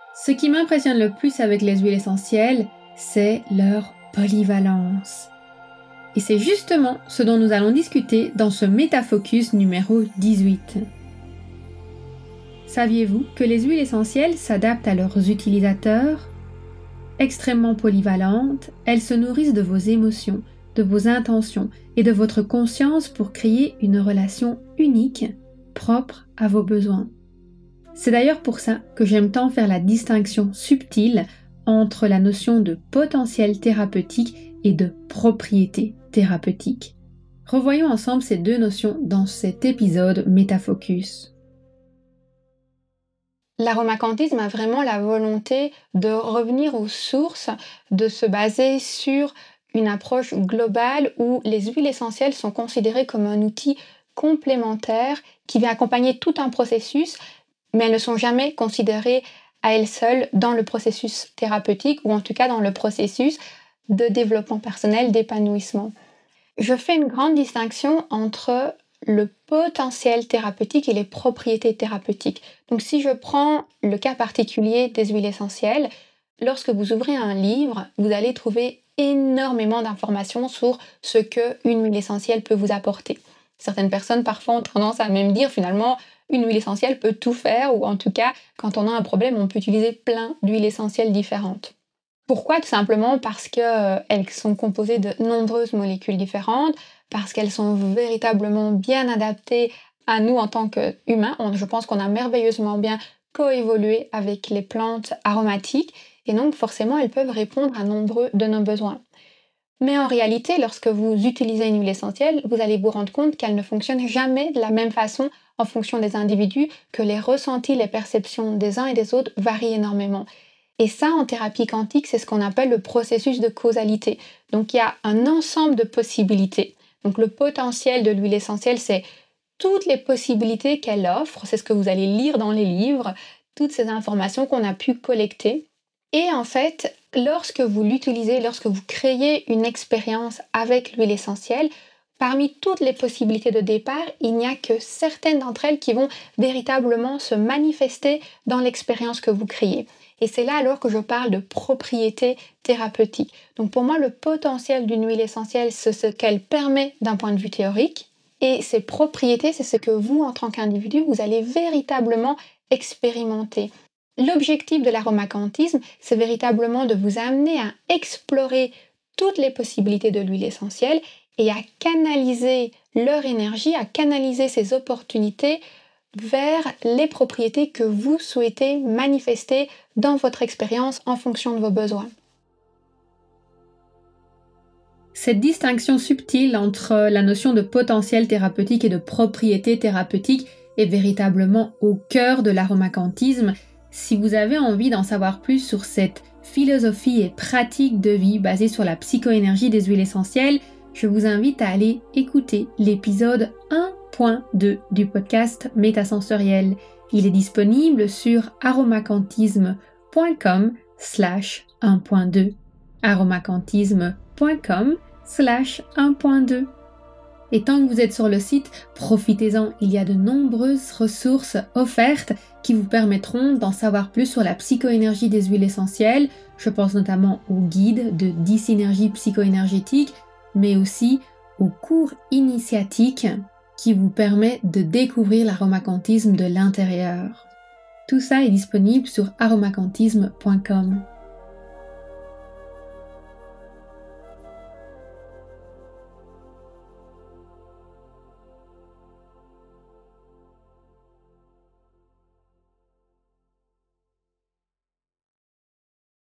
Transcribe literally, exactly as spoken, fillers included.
Ce qui m'impressionne le plus avec les huiles essentielles, c'est leur polyvalence. Et c'est justement ce dont nous allons discuter dans ce Métafocus numéro dix-huit. Saviez-vous que les huiles essentielles s'adaptent à leurs utilisateurs? Extrêmement polyvalentes, elles se nourrissent de vos émotions, de vos intentions et de votre conscience pour créer une relation unique, propre à vos besoins. C'est d'ailleurs pour ça que j'aime tant faire la distinction subtile entre la notion de potentiel thérapeutique et de propriété thérapeutique. Revoyons ensemble ces deux notions dans cet épisode Métafocus. L'aromacantisme a vraiment la volonté de revenir aux sources, de se baser sur une approche globale où les huiles essentielles sont considérées comme un outil complémentaire qui vient accompagner tout un processus, mais elles ne sont jamais considérées à elles seules dans le processus thérapeutique ou en tout cas dans le processus de développement personnel, d'épanouissement. Je fais une grande distinction entre le potentiel thérapeutique et les propriétés thérapeutiques. Donc si je prends le cas particulier des huiles essentielles, lorsque vous ouvrez un livre, vous allez trouver énormément d'informations sur ce qu'une huile essentielle peut vous apporter. Certaines personnes parfois ont tendance à même dire finalement une huile essentielle peut tout faire, ou en tout cas quand on a un problème on peut utiliser plein d'huiles essentielles différentes. Pourquoi? Tout simplement parce qu'elles euh, sont composées de nombreuses molécules différentes, parce qu'elles sont véritablement bien adaptées à nous en tant qu'humains. On, je pense qu'on a merveilleusement bien coévolué avec les plantes aromatiques et donc forcément elles peuvent répondre à nombreux de nos besoins. Mais en réalité, lorsque vous utilisez une huile essentielle, vous allez vous rendre compte qu'elle ne fonctionne jamais de la même façon en fonction des individus, que les ressentis, les perceptions des uns et des autres varient énormément. Et ça, en thérapie quantique, c'est ce qu'on appelle le processus de causalité. Donc il y a un ensemble de possibilités. Donc le potentiel de l'huile essentielle, c'est toutes les possibilités qu'elle offre, c'est ce que vous allez lire dans les livres, toutes ces informations qu'on a pu collecter. Et en fait, lorsque vous l'utilisez, lorsque vous créez une expérience avec l'huile essentielle, parmi toutes les possibilités de départ, il n'y a que certaines d'entre elles qui vont véritablement se manifester dans l'expérience que vous créez. Et c'est là alors que je parle de propriété thérapeutique. Donc pour moi, le potentiel d'une huile essentielle, c'est ce qu'elle permet d'un point de vue théorique. Et ses propriétés, c'est ce que vous, en tant qu'individu, vous allez véritablement expérimenter. L'objectif de l'aromacantisme, c'est véritablement de vous amener à explorer toutes les possibilités de l'huile essentielle et à canaliser leur énergie, à canaliser ces opportunités vers les propriétés que vous souhaitez manifester dans votre expérience en fonction de vos besoins. Cette distinction subtile entre la notion de potentiel thérapeutique et de propriété thérapeutique est véritablement au cœur de l'aromacantisme. Si vous avez envie d'en savoir plus sur cette philosophie et pratique de vie basée sur la psychoénergie des huiles essentielles, je vous invite à aller écouter l'épisode un point deux du podcast Métasensoriel. Il est disponible sur aromacantisme.com slash 1.2 aromacantisme.com slash 1.2 Et tant que vous êtes sur le site, profitez-en, il y a de nombreuses ressources offertes qui vous permettront d'en savoir plus sur la psychoénergie des huiles essentielles. Je pense notamment au guide de dix synergies psychoénergétiques, mais aussi au cours initiatique qui vous permet de découvrir l'aromacantisme de l'intérieur. Tout ça est disponible sur aromacantisme point com.